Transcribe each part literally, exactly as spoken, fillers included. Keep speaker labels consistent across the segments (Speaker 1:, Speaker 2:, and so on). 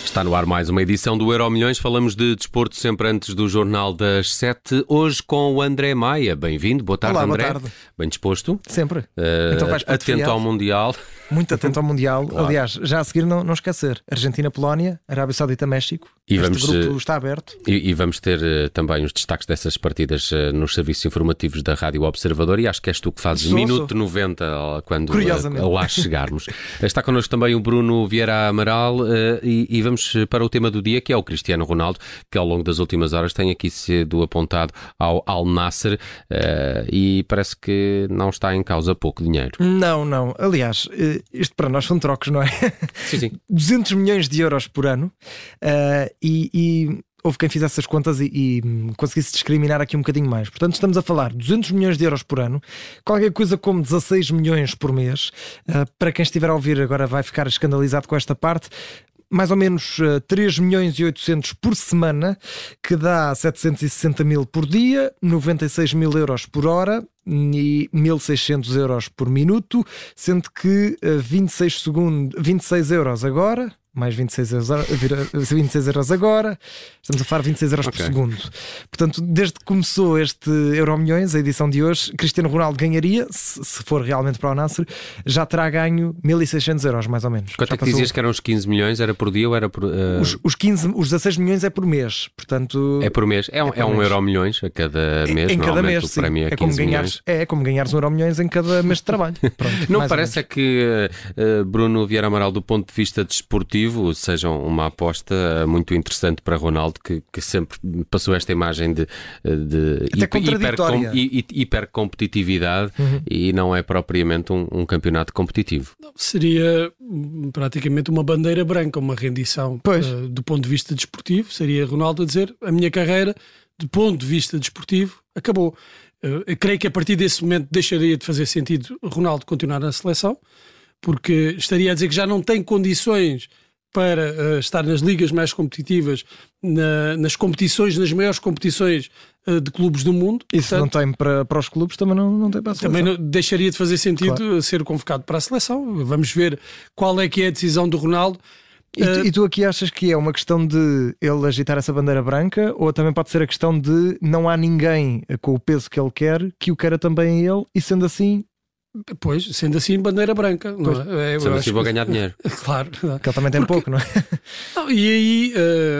Speaker 1: Está no ar mais uma edição do Euromilhões. Falamos de desporto sempre antes do Jornal das Sete. Hoje com o André Maia. Bem-vindo. Boa tarde,
Speaker 2: Olá,
Speaker 1: André.
Speaker 2: Boa tarde.
Speaker 1: Bem disposto?
Speaker 2: Sempre.
Speaker 1: Uh,
Speaker 2: então vais para
Speaker 1: atento ao Mundial.
Speaker 2: Muito atento ao Mundial.
Speaker 1: Claro.
Speaker 2: Aliás, já a seguir não, não esquecer. Argentina-Polónia, Arábia-Saudita-México.
Speaker 1: E
Speaker 2: este
Speaker 1: vamos,
Speaker 2: grupo está aberto.
Speaker 1: E, e vamos ter uh, também os destaques dessas partidas uh, nos serviços informativos da Rádio Observador. E acho que és tu que fazes
Speaker 2: Sou,
Speaker 1: minuto
Speaker 2: sou.
Speaker 1: noventa quando uh, lá chegarmos. Está connosco também o Bruno Vieira Amaral uh, e, e vamos para o tema do dia, que é o Cristiano Ronaldo, que ao longo das últimas horas tem aqui sido apontado ao Al Nassr uh, e parece que não está em causa pouco dinheiro.
Speaker 2: Não, não. Aliás, isto para nós são trocos, não é?
Speaker 1: Sim, sim.
Speaker 2: duzentos milhões de euros por ano uh, e... e... houve quem fizesse essas contas e, e conseguisse discriminar aqui um bocadinho mais. Portanto, estamos a falar de duzentos milhões de euros por ano, qualquer coisa como dezasseis milhões por mês. Uh, para quem estiver a ouvir agora vai ficar escandalizado com esta parte. Mais ou menos uh, três milhões e oitocentos por semana, que dá setecentos e sessenta mil por dia, noventa e seis mil euros por hora e mil e seiscentos euros por minuto, sendo que uh, vinte e seis segundos, vinte e seis euros agora, mais vinte e seis euros, vinte e seis euros agora, estamos a falar vinte e seis euros okay. por segundo. Portanto, desde que começou este Euromilhões, a edição de hoje, Cristiano Ronaldo ganharia, se, se for realmente para o Nassr, já terá ganho mil e seiscentos euros, mais ou menos.
Speaker 1: Quanto é que dizias que eram os quinze milhões? Era por dia ou era por... Uh...
Speaker 2: Os, os, quinze, os dezasseis milhões é por mês, portanto...
Speaker 1: É por mês. É um, é é um mês. Euromilhões a cada mês,
Speaker 2: em cada mês,
Speaker 1: o prémio é,
Speaker 2: é como ganhares, é como ganhares um Euromilhões em cada mês de trabalho. Pronto,
Speaker 1: não parece é que uh, Bruno Vieira Amaral, do ponto de vista desportivo, sejam uma aposta muito interessante para Ronaldo, que, que sempre passou esta imagem de, de hiper, hiper, hiper competitividade uhum. e não é propriamente um, um campeonato competitivo.
Speaker 3: Não, seria praticamente uma bandeira branca, uma rendição uh, do ponto de vista desportivo. Seria Ronaldo a dizer: a minha carreira, do ponto de vista desportivo, acabou. Uh, eu creio que a partir desse momento deixaria de fazer sentido Ronaldo continuar na seleção, porque estaria a dizer que já não tem condições para uh, estar nas ligas mais competitivas, na, nas competições, nas maiores competições uh, de clubes do mundo.
Speaker 2: E se não tem para, para os clubes, também não, não tem para a seleção.
Speaker 3: Também não, deixaria de fazer sentido claro. ser convocado para a seleção. Vamos ver qual é que é a decisão do Ronaldo.
Speaker 2: E tu, uh, e tu aqui achas que é uma questão de ele agitar essa bandeira branca, ou também pode ser a questão de não há ninguém com o peso que ele quer que o queira também ele, e sendo assim...
Speaker 3: Pois, sendo assim, bandeira branca. Não é?
Speaker 1: Eu sendo assim, vou ganhar dinheiro.
Speaker 3: Claro.
Speaker 2: Que ele também tem Porque... pouco, não é?
Speaker 3: Não, e aí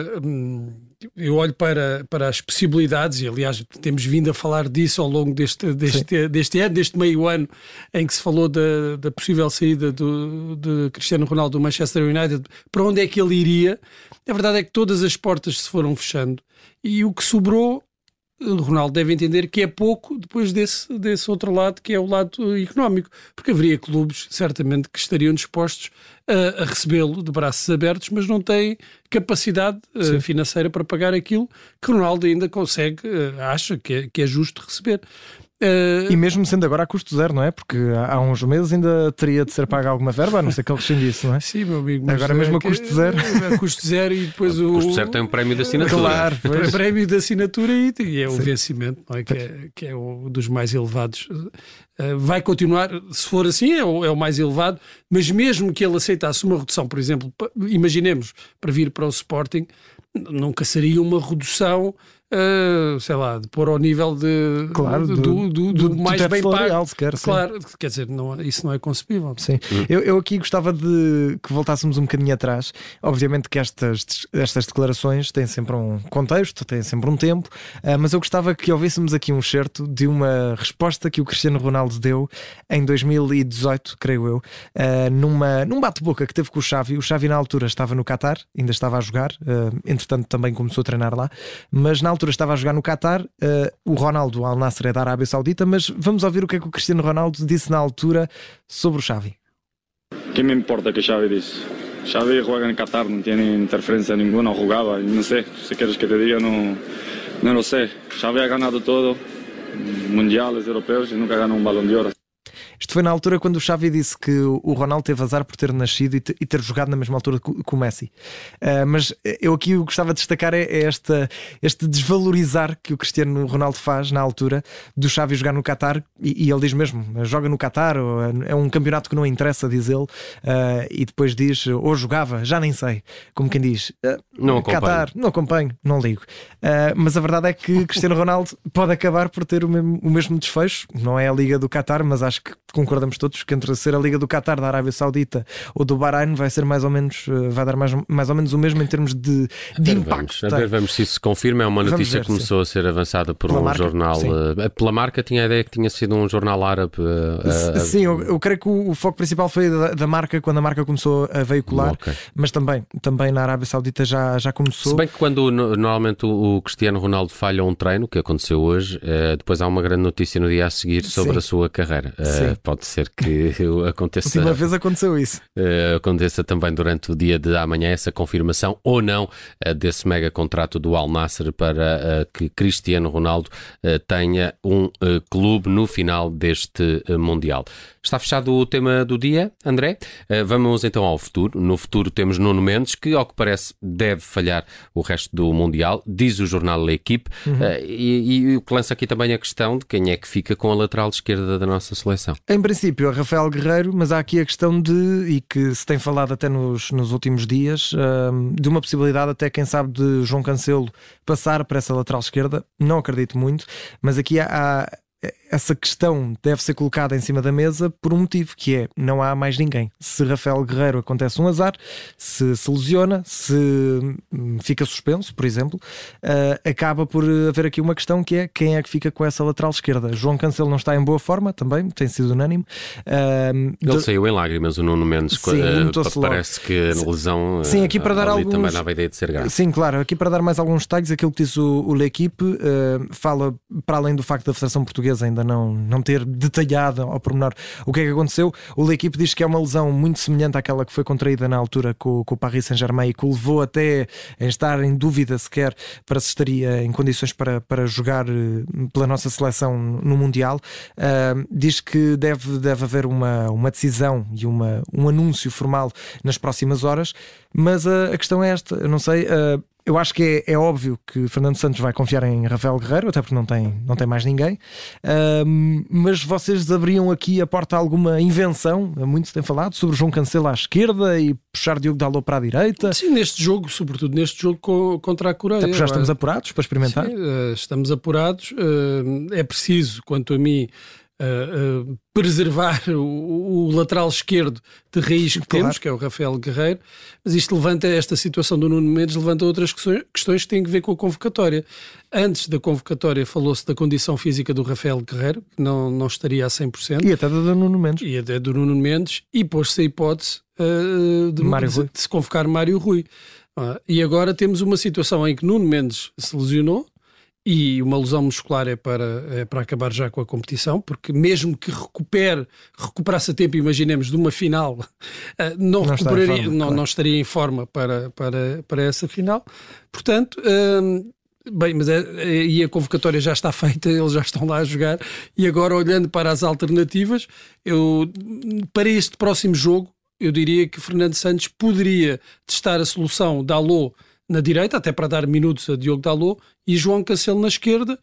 Speaker 3: uh, eu olho para, para as possibilidades, e aliás temos vindo a falar disso ao longo deste, deste, deste ano, deste meio ano, em que se falou da, da possível saída do, de Cristiano Ronaldo do Manchester United. Para onde é que ele iria? A verdade é que todas as portas se foram fechando e o que sobrou, o Ronaldo deve entender que é pouco depois desse, desse outro lado, que é o lado económico, porque haveria clubes certamente que estariam dispostos a, a recebê-lo de braços abertos, mas não têm capacidade uh, financeira para pagar aquilo que Ronaldo ainda consegue, uh, acha que é, que é justo receber.
Speaker 2: Uh... E mesmo sendo agora a custo zero, não é? Porque há uns meses ainda teria de ser paga alguma verba, a não ser que ele rescindisse, não é?
Speaker 3: Sim, meu amigo.
Speaker 2: Agora mesmo é a custo zero.
Speaker 3: A custo zero e depois o...
Speaker 1: O custo zero tem um prémio de assinatura.
Speaker 2: Claro,
Speaker 3: pois. Prémio de assinatura e, e é o Sim. vencimento, não é? Que, é, que é um dos mais elevados. Uh, vai continuar, se for assim, é o, é o mais elevado, mas mesmo que ele aceitasse uma redução, por exemplo, imaginemos, para vir para o Sporting, nunca seria uma redução... Uh, sei lá, de pôr ao nível de,
Speaker 2: claro,
Speaker 3: do, do, do, do, do mais bem pago.
Speaker 2: Sequer,
Speaker 3: claro, quer dizer, não, isso não é concebível.
Speaker 2: Sim. Hum. Eu, eu aqui gostava de que voltássemos um bocadinho atrás. Obviamente que estas, estas declarações têm sempre um contexto, têm sempre um tempo, uh, mas eu gostava que ouvíssemos aqui um excerto de uma resposta que o Cristiano Ronaldo deu em dois mil e dezoito, creio eu, uh, numa, num bate-boca que teve com o Xavi. O Xavi na altura estava no Qatar, ainda estava a jogar, uh, entretanto também começou a treinar lá, mas na altura estava a jogar no Qatar, uh, o Ronaldo Al Nassr é da Arábia Saudita, mas vamos ouvir o que é que o Cristiano Ronaldo disse na altura sobre o Xavi.
Speaker 4: ¿Qué me importa que Xavi dice? Xavi juega en Qatar, no tiene interferencia ninguna, jugaba, no sé, si quieres que te diga, no, no lo sé. Xavi ha ganado todo, mundiales, europeos, y nunca ganó un balón de oro.
Speaker 2: Isto foi na altura quando o Xavi disse que o Ronaldo teve azar por ter nascido e, te, e ter jogado na mesma altura que o Messi. Uh, mas eu aqui o que gostava de destacar é, é esta, este desvalorizar que o Cristiano Ronaldo faz na altura do Xavi jogar no Qatar, e, e ele diz mesmo, joga no Qatar, ou é um campeonato que não interessa, diz ele, uh, e depois diz, ou jogava, já nem sei, como quem diz, uh,
Speaker 1: não
Speaker 2: Qatar, não acompanho, não ligo. Uh, mas a verdade é que Cristiano Ronaldo pode acabar por ter o mesmo, o mesmo desfecho. Não é a Liga do Qatar, mas acho que concordamos todos que entre ser a Liga do Qatar, da Arábia Saudita ou do Bahrein vai ser mais ou menos, vai dar mais, mais ou menos o mesmo em termos de, de impacto.
Speaker 1: Vamos, a ver, vamos se isso se confirma. É uma notícia
Speaker 2: ver,
Speaker 1: que começou
Speaker 2: sim.
Speaker 1: a ser avançada por
Speaker 2: pela
Speaker 1: um
Speaker 2: marca,
Speaker 1: jornal. Uh, pela marca tinha a ideia que tinha sido um jornal árabe. Uh,
Speaker 2: sim, eu, eu creio que o, o foco principal foi da, da marca, quando a marca começou a veicular, okay. Mas também, também na Arábia Saudita já, já começou.
Speaker 1: Se bem que quando no, normalmente o, o Cristiano Ronaldo falha um treino, que aconteceu hoje, uh, depois há uma grande notícia no dia a seguir sobre sim. a sua carreira. Uh, pode ser que aconteça.
Speaker 2: A última vez aconteceu isso.
Speaker 1: Uh, aconteça também durante o dia de amanhã essa confirmação ou não uh, desse mega contrato do Al Nassr para uh, que Cristiano Ronaldo uh, tenha um uh, clube no final deste uh, Mundial. Está fechado o tema do dia, André? Uh, vamos então ao futuro. No futuro temos Nuno Mendes, que ao que parece deve falhar o resto do Mundial, diz o jornal L'Équipe, uhum. uh, e, e o que lança aqui também a questão de quem é que fica com a lateral esquerda da nossa seleção.
Speaker 2: Em princípio, a Rafael Guerreiro, mas há aqui a questão de, e que se tem falado até nos, nos últimos dias, uh, de uma possibilidade até, quem sabe, de João Cancelo passar para essa lateral esquerda. Não acredito muito, mas aqui há... há essa questão deve ser colocada em cima da mesa por um motivo, que é, não há mais ninguém. Se Rafael Guerreiro acontece um azar, se se lesiona, se fica suspenso, por exemplo, uh, acaba por haver aqui uma questão, que é quem é que fica com essa lateral esquerda. João Cancelo não está em boa forma, também tem sido unânime. Uh,
Speaker 1: Ele de... saiu em lágrimas, o Nuno Mendes.
Speaker 2: Sim,
Speaker 1: uh, parece que a lesão
Speaker 2: sim, aqui para dar alguns...
Speaker 1: também dava a ideia de ser grave.
Speaker 2: Sim, claro, aqui para dar mais alguns detalhes, aquilo que disse o, o L'Équipe uh, fala, para além do facto da Federação Portuguesa ainda não, não ter detalhado ao pormenor o que é que aconteceu, o L'Équipe diz que é uma lesão muito semelhante àquela que foi contraída na altura com, com o Paris Saint-Germain e que o levou até em estar em dúvida sequer para se estaria em condições para, para jogar pela nossa seleção no Mundial. Uh, diz que deve, deve haver uma, uma decisão e uma, um anúncio formal nas próximas horas, mas a, a questão é esta, eu não sei... Uh, Eu acho que é, é óbvio que Fernando Santos vai confiar em Rafael Guerreiro, até porque não tem, não tem mais ninguém. Um, mas vocês abriam aqui a porta a alguma invenção, muito se tem falado, sobre João Cancelo à esquerda e puxar Diogo Dalot para a direita?
Speaker 3: Sim, neste jogo, sobretudo neste jogo contra a Coreia.
Speaker 2: Até porque já estamos apurados para experimentar?
Speaker 3: Sim, estamos apurados. É preciso, quanto a mim, Uh, uh, preservar o, o lateral esquerdo de raiz que claro. temos, que é o Rafael Guerreiro, mas isto levanta, esta situação do Nuno Mendes levanta outras questões, questões que têm a ver com a convocatória. Antes da convocatória falou-se da condição física do Rafael Guerreiro, que não, não estaria a cem por cento.
Speaker 2: E até do Nuno Mendes.
Speaker 3: E até do Nuno Mendes, e pôs-se a hipótese uh, de, de, de se convocar Mário Rui. Uh, e agora temos uma situação em que Nuno Mendes se lesionou, e uma lesão muscular é para, é para acabar já com a competição, porque mesmo que recupere, recuperasse a tempo, imaginemos, de uma final, não,
Speaker 2: não,
Speaker 3: recuperaria,
Speaker 2: forma,
Speaker 3: não,
Speaker 2: claro.
Speaker 3: não estaria em forma para, para, para essa final. Portanto, hum, bem, mas é, e a convocatória já está feita, eles já estão lá a jogar, e agora olhando para as alternativas, eu, para este próximo jogo, eu diria que Fernando Santos poderia testar a solução da Dalot na direita, até para dar minutos a Diogo Dalot, e João Cancelo na esquerda,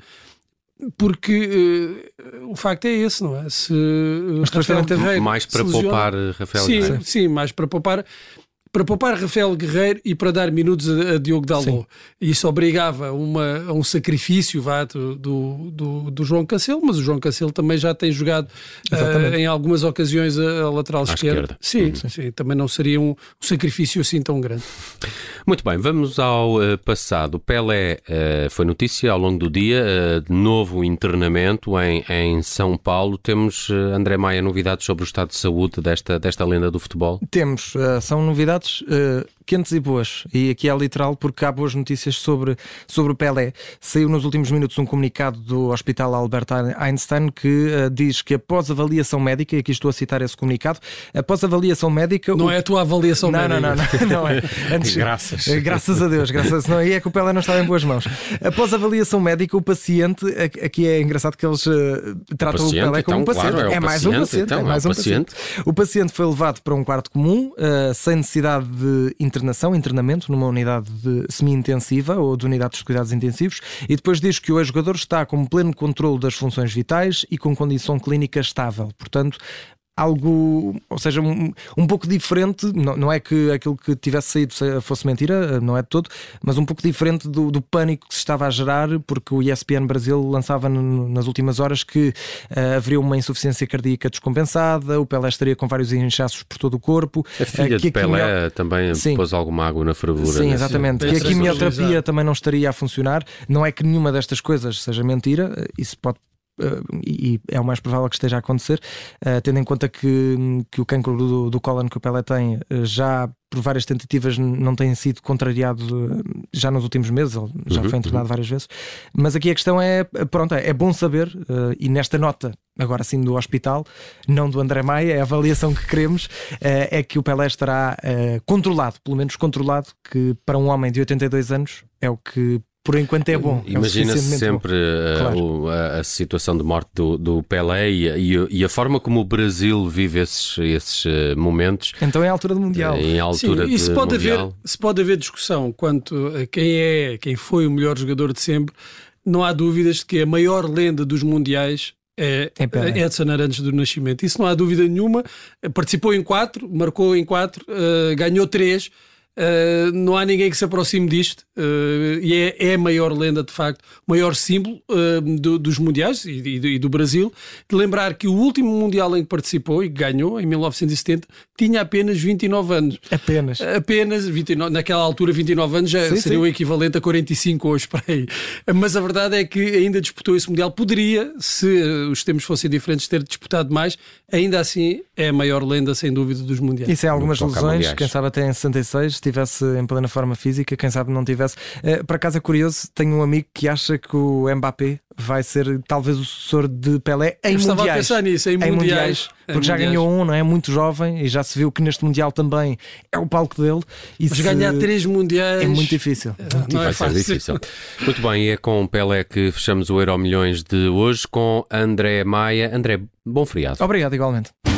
Speaker 3: porque uh, o facto é esse, não é? Se uh,
Speaker 1: Rafael Guerreiro mais para poupar Rafael
Speaker 3: sim,
Speaker 1: Guerreiro.
Speaker 3: Sim, mais para poupar para poupar Rafael Guerreiro e para dar minutos a, a Diogo Dalot. E isso obrigava uma, a um sacrifício vá, do, do, do, do João Cancelo, mas o João Cancelo também já tem jogado uh, em algumas ocasiões a, a lateral à esquerda. esquerda. Sim, uhum. sim, sim, também não seria um, um sacrifício assim tão grande.
Speaker 1: Muito bem, vamos ao uh, passado. Pelé uh, foi notícia ao longo do dia, uh, de novo internamento em, em São Paulo. Temos, uh, André Maia, novidades sobre o estado de saúde desta, desta lenda do futebol?
Speaker 2: Temos, uh, são novidades novidades uh, quentes e boas, e aqui é literal porque há boas notícias sobre, sobre o Pelé. Saiu nos últimos minutos um comunicado do Hospital Albert Einstein que uh, diz que após avaliação médica, e aqui estou a citar esse comunicado, após avaliação médica...
Speaker 3: Não
Speaker 2: o...
Speaker 3: é a tua avaliação
Speaker 2: não,
Speaker 3: médica.
Speaker 2: Não, não, não, não é. Antes...
Speaker 1: Graças.
Speaker 2: Graças a Deus, graças a Deus. Não, aí é que o Pelé não estava em boas mãos. Após avaliação médica, o paciente, aqui é engraçado que eles uh, tratam o,
Speaker 1: paciente,
Speaker 2: o Pelé como
Speaker 1: então,
Speaker 2: um paciente.
Speaker 1: Claro, é,
Speaker 2: é mais
Speaker 1: paciente,
Speaker 2: um paciente.
Speaker 1: Então,
Speaker 2: é mais
Speaker 1: é
Speaker 2: um
Speaker 1: paciente.
Speaker 2: paciente. O paciente foi levado para um quarto comum, uh, sem necessidade de internação, internamento, numa unidade de semi-intensiva ou de unidade de cuidados intensivos, e depois diz que o ex-jogador está com pleno controle das funções vitais e com condição clínica estável. Portanto, algo, ou seja, um, um pouco diferente, não, não é que aquilo que tivesse saído fosse mentira, não é de todo, mas um pouco diferente do, do pânico que se estava a gerar, porque o E S P N Brasil lançava no, nas últimas horas que uh, haveria uma insuficiência cardíaca descompensada, o Pelé estaria com vários inchaços por todo o corpo.
Speaker 1: A filha
Speaker 2: uh,
Speaker 1: de Pelé
Speaker 2: quimio...
Speaker 1: também Sim. pôs alguma água na fervura.
Speaker 2: Sim, exatamente. Que a quimioterapia também não estaria a funcionar. Não é que nenhuma destas coisas seja mentira, isso pode Uh, e é o mais provável que esteja a acontecer, uh, tendo em conta que, que o cancro do, do cólon que o Pelé tem uh, já por várias tentativas não tem sido contrariado uh, já nos últimos meses, ele já
Speaker 1: uhum,
Speaker 2: foi internado
Speaker 1: uhum.
Speaker 2: várias vezes, mas aqui a questão é, pronto, é bom saber, uh, e nesta nota agora sim do hospital, não do André Maia, é a avaliação que queremos, uh, é que o Pelé estará uh, controlado, pelo menos controlado, que para um homem de oitenta e dois anos é o que por enquanto é bom.
Speaker 1: Imagina-se
Speaker 2: é
Speaker 1: sempre uh,
Speaker 2: claro.
Speaker 1: o, a, a situação de morte do, do Pelé e, e, e a forma como o Brasil vive esses, esses uh, momentos.
Speaker 2: Então é a altura do Mundial.
Speaker 1: Em altura
Speaker 3: Sim, e se
Speaker 1: de
Speaker 3: pode
Speaker 1: mundial.
Speaker 3: haver, se pode haver discussão quanto a quem é, quem foi o melhor jogador de sempre, não há dúvidas de que a maior lenda dos mundiais é Edson Arantes do Nascimento. Isso não há dúvida nenhuma. Participou em quatro, marcou em quatro, uh, ganhou três. Uh, não há ninguém que se aproxime disto, uh, e é, é a maior lenda, de facto, o maior símbolo uh, do, dos mundiais e, e, do, e do Brasil. De lembrar que o último mundial em que participou e que ganhou, em mil novecentos e setenta, tinha apenas vinte e nove anos.
Speaker 2: Apenas.
Speaker 3: Apenas vinte e nove, naquela altura, vinte e nove anos já sim, seria sim. o equivalente a quarenta e cinco hoje para aí. Mas a verdade é que ainda disputou esse mundial. Poderia, se os tempos fossem diferentes, ter disputado mais. Ainda assim, é a maior lenda, sem dúvida, dos mundiais.
Speaker 2: Isso é algumas lesões, quem sabe até em sessenta e seis. Estivesse em plena forma física, quem sabe não tivesse. Uh, por acaso é curioso, tenho um amigo que acha que o Mbappé vai ser talvez o sucessor de Pelé em
Speaker 3: Eu
Speaker 2: mundiais.
Speaker 3: Estava a pensar nisso, em, em mundiais, mundiais.
Speaker 2: Porque
Speaker 3: em
Speaker 2: já
Speaker 3: mundiais.
Speaker 2: ganhou um, não é? Muito jovem, e já se viu que neste mundial também é o palco dele. E
Speaker 3: Mas se... ganhar três mundiais
Speaker 2: é muito difícil.
Speaker 3: Não,
Speaker 2: muito
Speaker 3: não
Speaker 1: vai
Speaker 3: é
Speaker 1: ser difícil. Muito bem, e é com Pelé que fechamos o Euro Milhões de hoje com André Maia. André, bom feriado.
Speaker 2: Obrigado, igualmente.